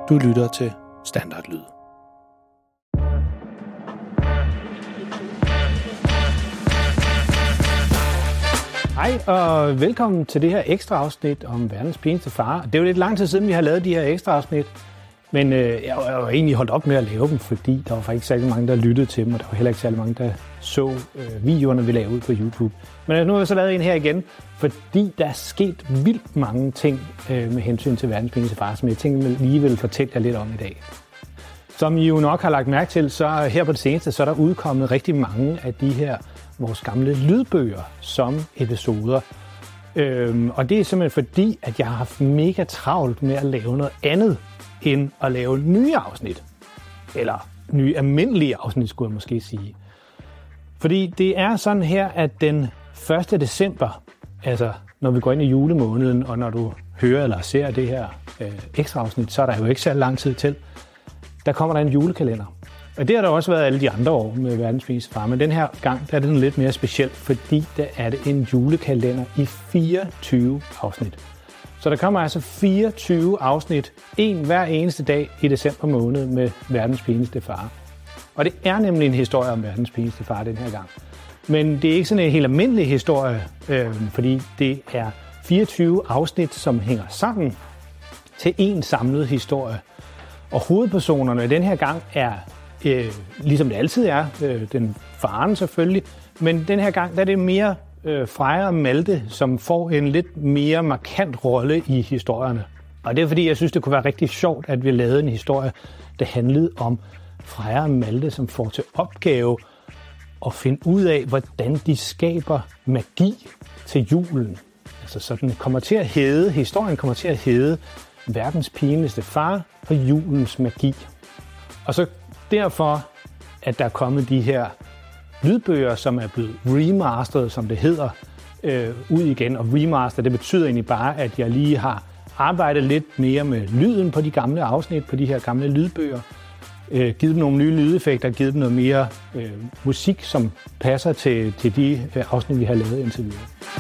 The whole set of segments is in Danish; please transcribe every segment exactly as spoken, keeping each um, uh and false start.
Du lytter til Standardlyd. Hej og velkommen til det her ekstra afsnit om verdens pinligste far. Det er jo lidt lang tid siden, vi har lavet de her ekstra afsnit, men øh, jeg var egentlig holdt op med at lave dem, fordi der var faktisk ikke særlig mange, der lyttede til dem, og der var heller ikke særlig mange, der så øh, videoerne, vi lavede ud på YouTube. Men nu har jeg så lavet en her igen, fordi der er sket vildt mange ting øh, med hensyn til verdens pinligste far, som jeg tænker, jeg lige vil fortælle jer lidt om i dag. Som I jo nok har lagt mærke til, så her på det seneste, så er der udkommet rigtig mange af de her vores gamle lydbøger som episoder. Øhm, og det er simpelthen fordi, at jeg har haft mega travlt med at lave noget andet, end at lave nye afsnit. Eller nye almindelige afsnit, skulle jeg måske sige. Fordi det er sådan her, at den første december, altså når vi går ind i julemåneden, og når du hører eller ser det her øh, ekstra afsnit, så er der jo ikke så lang tid til. Der kommer der en julekalender. Og det har der også været alle de andre år med verdens pinligste far, men den her gang der er det lidt mere specielt, fordi der er det en julekalender i fireogtyve afsnit. Så der kommer altså fireogtyve afsnit, en hver eneste dag i december måned med verdens pinligste far. Og det er nemlig en historie om verdens pinligste far den her gang. Men det er ikke sådan en helt almindelig historie, øh, fordi det er fireogtyve afsnit, som hænger sammen til en samlet historie. Og hovedpersonerne den her gang er, øh, ligesom det altid er, øh, den faren selvfølgelig, men den her gang der er det mere øh, Freja og Malte, som får en lidt mere markant rolle i historierne. Og det er fordi, jeg synes, det kunne være rigtig sjovt, at vi lavede en historie, der handlede om Freja og Malte, som får til opgave at finde ud af, hvordan de skaber magi til julen. Altså så den kommer til at hedde, historien kommer til at hedde verdens pinligste far og julens magi. Og så derfor, at der er kommet de her lydbøger, som er blevet remasteret, som det hedder, øh, ud igen. Og remaster, det betyder egentlig bare, at jeg lige har arbejdet lidt mere med lyden på de gamle afsnit, på de her gamle lydbøger. Øh, givet dem nogle nye lydeffekter, givet dem noget mere øh, musik, som passer til, til de øh, afsnit, vi har lavet indtil videre.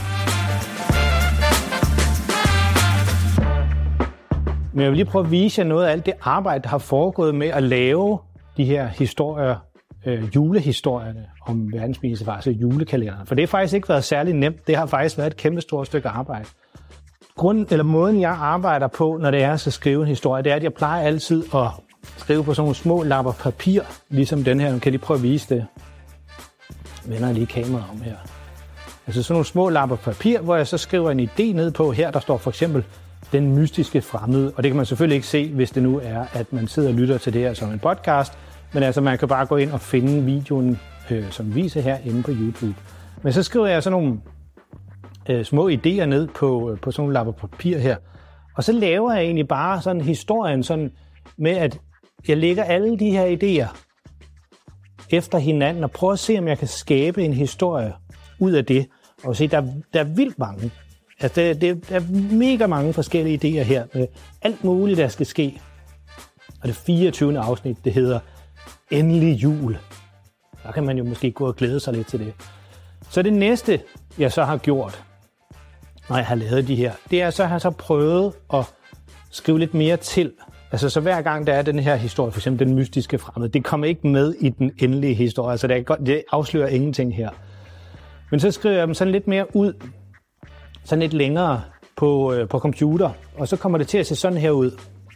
Men jeg vil lige prøve at vise jer noget af alt det arbejde, der har foregået med at lave de her historier, øh, julehistorierne om verdens pinligste far, altså julekalenderen. For det har faktisk ikke været særlig nemt. Det har faktisk været et kæmpe stort stykke arbejde. Grunden, eller måden, jeg arbejder på, når det er at skrive en historie, det er, at jeg plejer altid at skrive på sådan nogle små lapper papir, ligesom den her. Nu kan jeg lige prøve at vise det. Jeg vender lige kameraet om her. Altså sådan nogle små lapper papir, hvor jeg så skriver en idé ned på. Her der står for eksempel den mystiske fremmede, og det kan man selvfølgelig ikke se, hvis det nu er, at man sidder og lytter til det her som en podcast, men altså man kan bare gå ind og finde videoen, øh, som viser her inde på YouTube. Men så skriver jeg sådan nogle øh, små idéer ned på, øh, på sådan nogle lapper papir her, og så laver jeg egentlig bare sådan historien sådan med, at jeg lægger alle de her idéer efter hinanden, og prøver at se, om jeg kan skabe en historie ud af det, og se, der, der er vildt mange. Altså, det, det, der er mega mange forskellige idéer her med alt muligt, der skal ske. Og det fireogtyvende afsnit, det hedder Endelig jul. Der kan man jo måske gå og glæde sig lidt til det. Så det næste, jeg så har gjort, når jeg har lavet de her, det er, så har jeg så prøvet at skrive lidt mere til. Altså, så hver gang der er den her historie, for eksempel den mystiske fremmede, det kommer ikke med i den endelige historie, altså det, er godt, det afslører ingenting her. Men så skriver jeg dem sådan lidt mere ud, sådan lidt længere på, øh, på computer, og så kommer det til at se sådan her ud.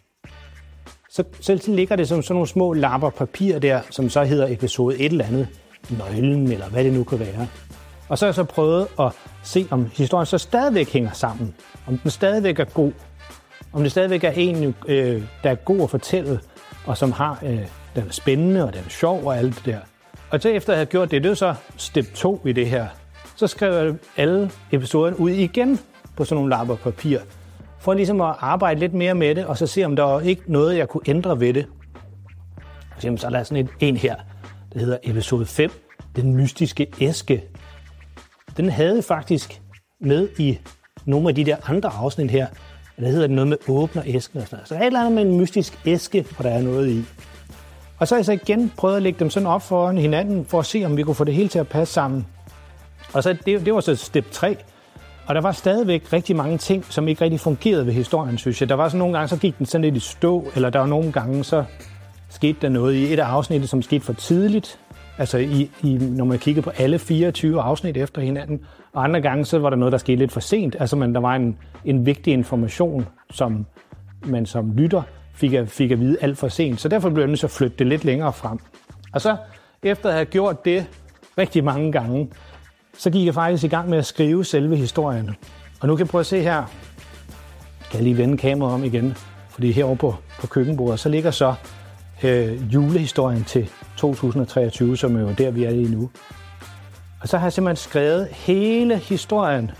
Så, så ligger det som sådan nogle små lapper papir der, som så hedder episode et eller andet, nøglen eller hvad det nu kan være. Og så har jeg så prøvet at se, om historien så stadigvæk hænger sammen, om den stadigvæk er god, om det stadigvæk er en, øh, der er god at fortælle, og som har, øh, den er spændende, og den er sjov og alt det der. Og så efter at jeg har gjort det, det er så step to i det her. Så skrev jeg alle episoderne ud igen på sådan nogle lapper papir, for ligesom at arbejde lidt mere med det, og så se, om der var ikke noget, jeg kunne ændre ved det. For eksempel så er der sådan en, en her, der hedder episode fem, den mystiske æske. Den havde faktisk med i nogle af de der andre afsnit her, der hedder det noget med åbner æsken og sådan noget. Så der er et eller andet med en mystisk æske, hvor der er noget i. Og så har jeg så igen prøvet at lægge dem sådan op foran hinanden, for at se, om vi kunne få det hele til at passe sammen. Og så det, det var så step tre. Og der var stadigvæk rigtig mange ting, som ikke rigtig fungerede ved historien, synes jeg. Der var sådan nogle gange, så gik den sådan lidt i stå, eller der var nogle gange, så skete der noget i et af afsnittet, som skete for tidligt. Altså, i, i, når man kiggede på alle fireogtyve afsnit efter hinanden. Og andre gange, så var der noget, der skete lidt for sent. Altså, men der var en, en vigtig information, som man som lytter fik at, fik at vide alt for sent. Så derfor blev jeg nødt til at flytte det lidt længere frem. Og så, efter at have gjort det rigtig mange gange, så gik jeg faktisk i gang med at skrive selve historien. Og nu kan jeg prøve at se her. Kan jeg lige vende kameraet om igen? Fordi herovre på, på køkkenbordet, så ligger så øh, julehistorien til to tusind og treogtyve, som er jo der, vi er i nu. Og så har jeg simpelthen skrevet hele historien.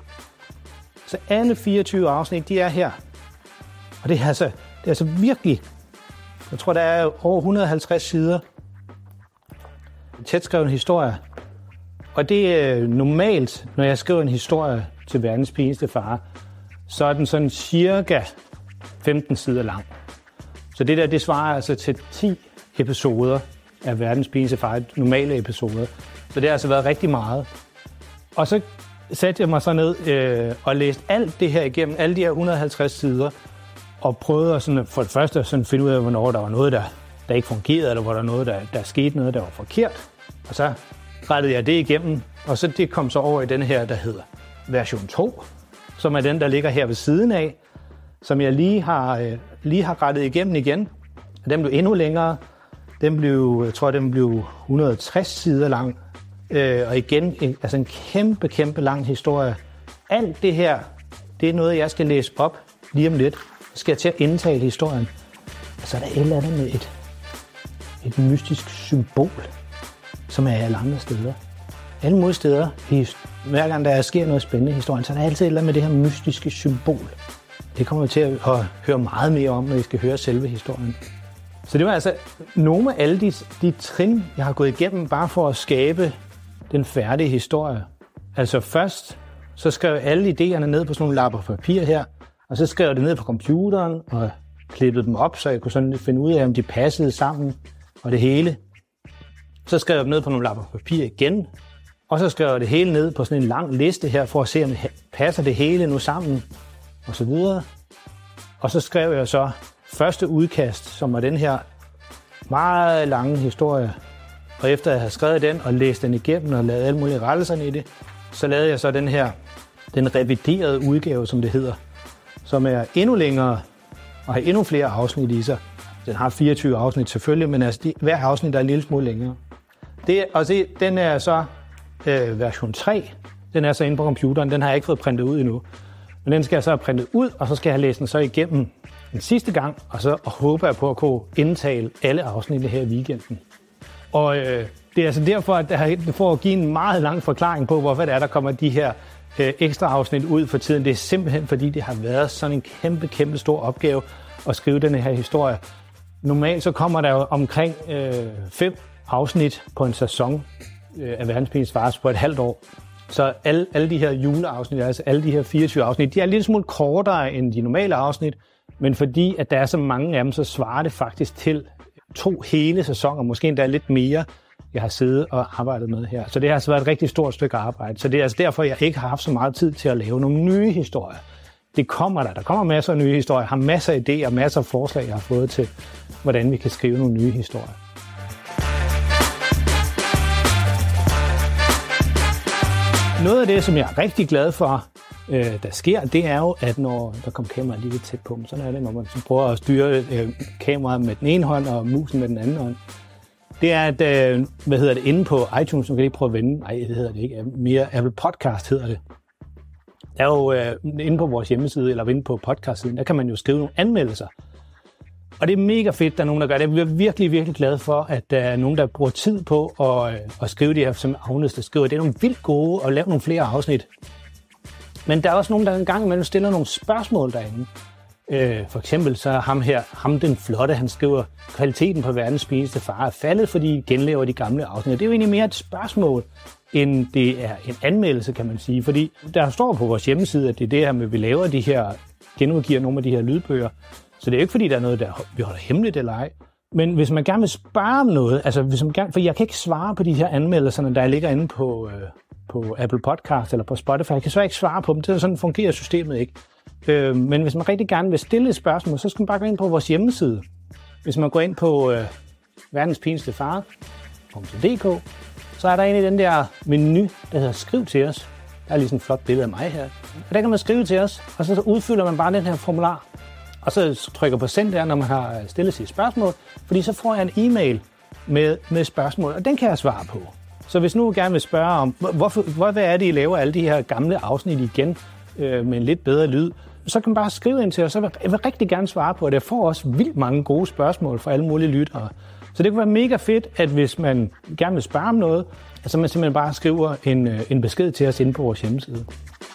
Så alle fireogtyve afsnit, de er her. Og det er altså, det er altså virkelig, jeg tror, der er over et hundrede og halvtreds sider tætskreven historie. Og det er normalt, når jeg skriver en historie til verdens pinligste far, så er den sådan cirka femten sider lang. Så det der, det svarer altså til ti episoder af verdens pinligste far, normale episoder. Så det har altså været rigtig meget. Og så satte jeg mig så ned øh, og læste alt det her igennem, alle de her et hundrede og halvtreds sider, og prøvede at sådan, for det første at sådan finde ud af, hvornår der var noget, der, der ikke fungerede, eller hvor der var noget, der, der skete noget, der var forkert. Og så rettede jeg det igennem, og så det kom så over i den her, der hedder version to, som er den, der ligger her ved siden af, som jeg lige har, øh, lige har rettet igennem igen. Den blev endnu længere. Den blev, jeg tror, den blev et hundrede og tres sider lang. Øh, og igen, en, altså en kæmpe, kæmpe lang historie. Alt det her, det er noget, jeg skal læse op lige om lidt. Så skal jeg til at indtale historien. Og så er der et eller andet med et, et mystisk symbol, som er alle andre steder. Alle mulige steder, hver gang der sker noget spændende i historien, så er der altid et eller andet med det her mystiske symbol. Det kommer vi til at høre meget mere om, når vi skal høre selve historien. Så det var altså nogle af alle de, de trin, jeg har gået igennem, bare for at skabe den færdige historie. Altså først, så skrev jeg alle idéerne ned på sådan nogle lapper papir her, og så skrev jeg det ned på computeren og klippede dem op, så jeg kunne sådan finde ud af, om de passede sammen og det hele. Så skrev jeg dem ned på nogle lapper papir igen, og så skrev jeg det hele ned på sådan en lang liste her, for at se, om det passer det hele nu sammen, og så videre. Og så skrev jeg så første udkast, som var den her meget lange historie. Og efter jeg havde skrevet den og læst den igennem og lavet alle mulige rettelserne i det, så lavede jeg så den her, den reviderede udgave, som det hedder, som er endnu længere og har endnu flere afsnit i sig. Den har fireogtyve afsnit selvfølgelig, men altså de, hver afsnit er en lille smule længere. Det, og se, den er så øh, version tre. Den er så inde på computeren. Den har jeg ikke fået printet ud endnu. Men den skal jeg så have printet ud, og så skal jeg have læst den så igennem en sidste gang, og så og håber jeg på at kunne indtale alle afsnittene her i weekenden. Og øh, det er altså derfor, at jeg får at give en meget lang forklaring på, hvorfor det er, der kommer de her øh, ekstra afsnit ud for tiden. Det er simpelthen, fordi det har været sådan en kæmpe, kæmpe stor opgave at skrive den her historie. Normalt så kommer der jo omkring øh, fem afsnit på en sæson øh, af verdens pinligste far på et halvt år. Så alle, alle de her juleafsnit, altså alle de her fireogtyve afsnit, de er lidt smule kortere end de normale afsnit, men fordi at der er så mange af dem, så svarer det faktisk til to hele sæsoner, måske endda lidt mere, jeg har siddet og arbejdet med her. Så det har altså været et rigtig stort stykke arbejde. Så det er altså derfor, jeg ikke har haft så meget tid til at lave nogle nye historier. Det kommer der. Der kommer masser af nye historier. Jeg har masser af idéer og masser af forslag, jeg har fået til, hvordan vi kan skrive nogle nye historier. Noget af det, som jeg er rigtig glad for, øh, der sker, det er jo, at når der kommer kameraet lige lidt tæt på dem, sådan er det, når man så prøver at styre øh, kameraet med den ene hånd og musen med den anden hånd. Det er, at, øh, hvad hedder det, inde på iTunes, nu kan jeg lige prøve at vende, nej, det hedder det ikke, mere Apple Podcast hedder det. Der er jo øh, inde på vores hjemmeside, eller inde på podcastsiden, der kan man jo skrive nogle anmeldelser. Og det er mega fedt, der er nogen, der gør det. Jeg bliver virkelig, virkelig glad for, at der er nogen, der bruger tid på at, at skrive det her, som Agnes, der skriver. Det er nogle vildt gode at lave nogle flere afsnit. Men der er også nogen, der en gang imellem stiller nogle spørgsmål derinde. Øh, for eksempel så er ham her, ham den flotte, han skriver, kvaliteten på verdens pinligste far er faldet, fordi de genlever de gamle afsnit. Det er jo egentlig mere et spørgsmål, end det er en anmeldelse, kan man sige. Fordi der står på vores hjemmeside, at det er det her med, at vi laver de her, genudgiver nogle af de her lydbøger. Så det er jo ikke, fordi der er noget, der vi holder hemmeligt eller ej. Men hvis man gerne vil spørge om noget, altså hvis man gerne, for jeg kan ikke svare på de her anmeldelser, der ligger inde på, øh, på Apple Podcast eller på Spotify. Jeg kan så ikke svare på dem, det er sådan fungerer systemet ikke. Øh, men hvis man rigtig gerne vil stille et spørgsmål, så skal man bare gå ind på vores hjemmeside. Hvis man går ind på øh, verdenspinligstefar punktum d k, så er der inde i den der menu, der hedder Skriv til os. Der er lige sådan et flot billede af mig her. Og der kan man skrive til os, og så udfylder man bare den her formular. Og så trykker på send der, når man har stillet sit spørgsmål, fordi så får jeg en e-mail med, med spørgsmål, og den kan jeg svare på. Så hvis nu gerne vil spørge om, hvorfor, hvor, hvad er det, I laver alle de her gamle afsnit igen øh, med en lidt bedre lyd, så kan man bare skrive ind til os, så jeg vil rigtig gerne svare på det. Jeg får også vildt mange gode spørgsmål fra alle mulige lyttere. Så det kunne være mega fedt, at hvis man gerne vil spørge om noget, så man simpelthen bare skriver en, en besked til os inde på vores hjemmeside.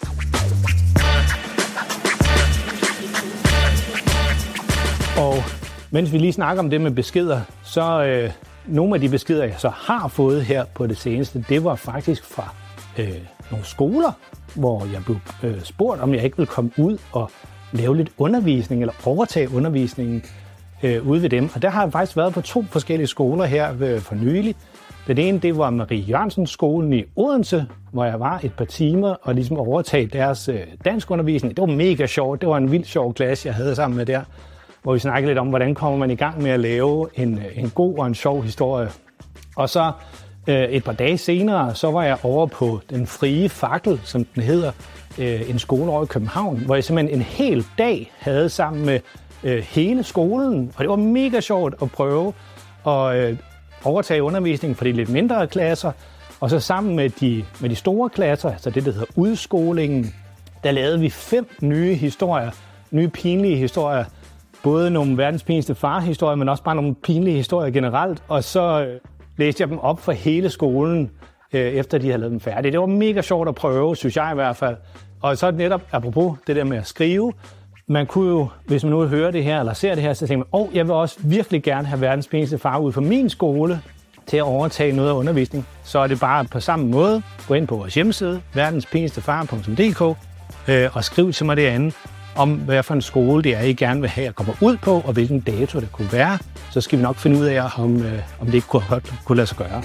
Og mens vi lige snakker om det med beskeder, så øh, nogle af de beskeder, jeg så har fået her på det seneste, det var faktisk fra øh, nogle skoler, hvor jeg blev øh, spurgt, om jeg ikke ville komme ud og lave lidt undervisning, eller overtage undervisningen øh, ude ved dem. Og der har jeg faktisk været på to forskellige skoler her øh, for nylig. Den ene, det var Marie Jørgensens skolen i Odense, hvor jeg var et par timer og ligesom overtagde deres øh, danskundervisning. Det var mega sjovt. Det var en vildt sjov klasse, jeg havde sammen med der, hvor vi snakkede lidt om, hvordan kommer man i gang med at lave en, en god og en sjov historie. Og så øh, et par dage senere, så var jeg over på Den Frie Fakkel, som den hedder, øh, en skole over i København, hvor jeg simpelthen en hel dag havde sammen med øh, hele skolen. Og det var mega sjovt at prøve at øh, overtage undervisningen for de lidt mindre klasser, og så sammen med de, med de store klasser, altså det, der hedder udskolingen, der lavede vi fem nye historier, nye pinlige historier, både nogle verdens pinligste far-historier, men også bare nogle pinlige historier generelt, og så øh, læste jeg dem op for hele skolen, øh, efter de havde lavet dem færdige. Det var mega sjovt at prøve, synes jeg i hvert fald. Og så netop, apropos det der med at skrive, man kunne jo, hvis man nu hører det her, eller ser det her, så tænker man, åh, oh, jeg vil også virkelig gerne have verdens pinligste far ud fra min skole til at overtage noget af undervisning. Så er det bare på samme måde, gå ind på vores hjemmeside, verdenspinligstefar punktum d k, øh, og skriv til mig derinde, om hvad for en skole det er, I gerne vil have, at komme ud på, og hvilken dato det kunne være. Så skal vi nok finde ud af, om, øh, om det ikke kunne, kunne lade sig gøre.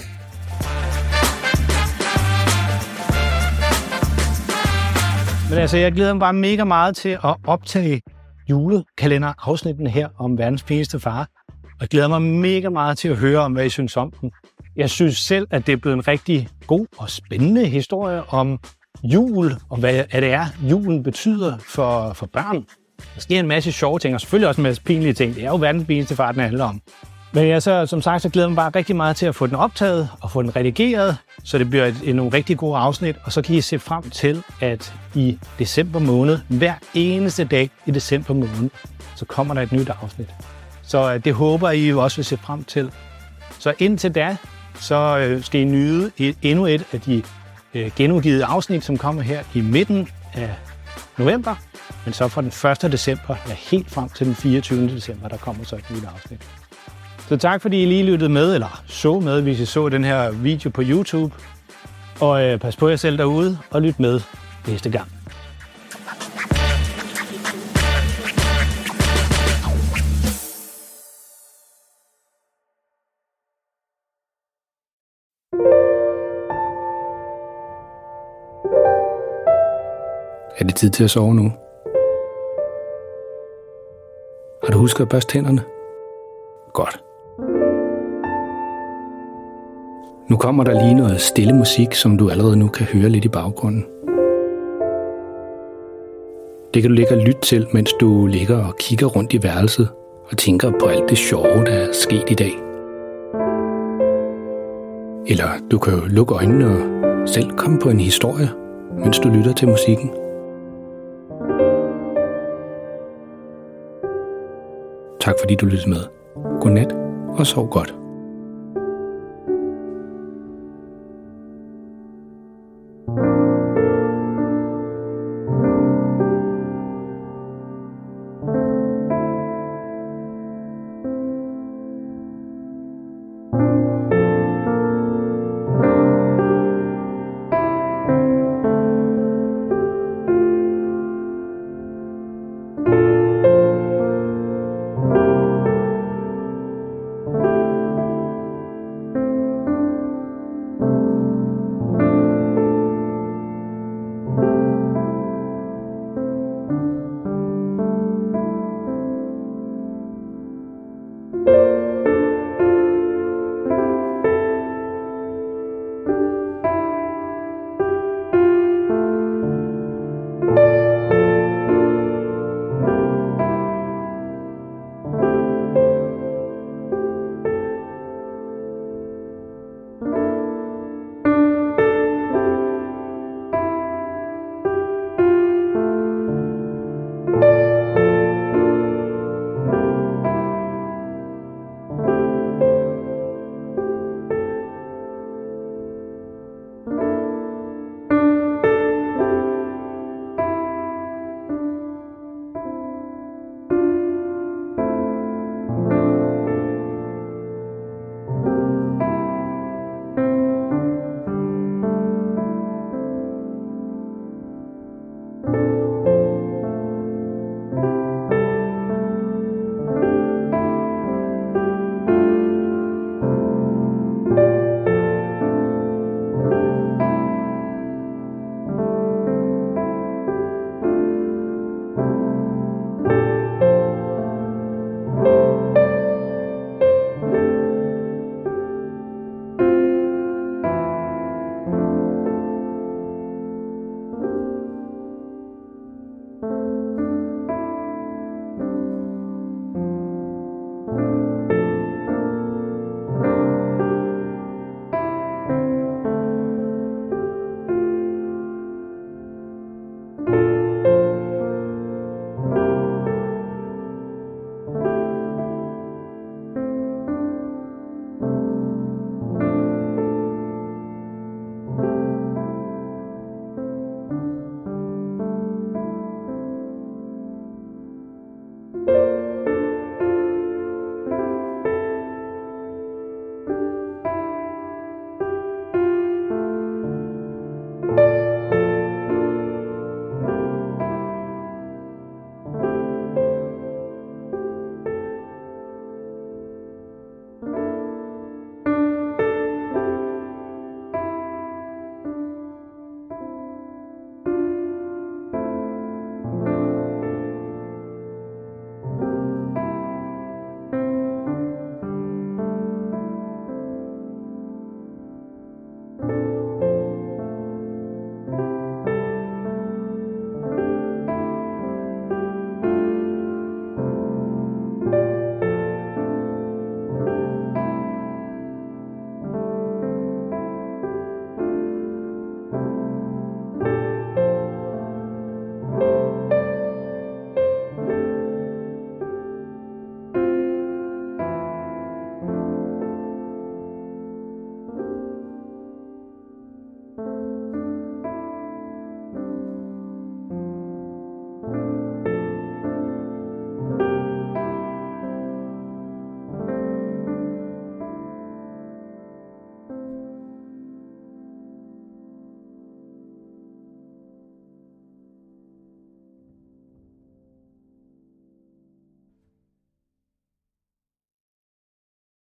Men altså, jeg glæder mig bare mega meget til at optage julekalender-afsnittene her om verdens pinligste far. Og jeg glæder mig mega meget til at høre om, hvad I synes om den. Jeg synes selv, at det er blevet en rigtig god og spændende historie om jul, og hvad det er, julen betyder for, for børn. Der sker en masse sjove ting, og selvfølgelig også en masse pinlige ting. Det er jo verdens pinligste far, den handler om. Men jeg så, som sagt, så glæder mig bare rigtig meget til at få den optaget og få den redigeret, så det bliver et, et, nogle rigtig gode afsnit. Og så kan I se frem til, at i december måned, hver eneste dag i december måned, så kommer der et nyt afsnit. Så det håber I jo også vil se frem til. Så indtil da, så skal I nyde et, endnu et af de øh, genudgivet afsnit, som kommer her i midten af november. Men så fra den første december, ja, helt frem til den fireogtyvende december, der kommer så et nyt afsnit. Så tak fordi I lige lyttede med, eller så med, hvis I så den her video på YouTube. Og øh, pas på jer selv derude, og lyt med næste gang. Er det tid til at sove nu? Har du husket at børste tænderne? Godt. Nu kommer der lige noget stille musik, som du allerede nu kan høre lidt i baggrunden. Det kan du ligge og lytte til, mens du ligger og kigger rundt i værelset og tænker på alt det sjove, der er sket i dag. Eller du kan jo lukke øjnene og selv komme på en historie, mens du lytter til musikken. Tak fordi du lyttede med. Godnat og sov godt. dig.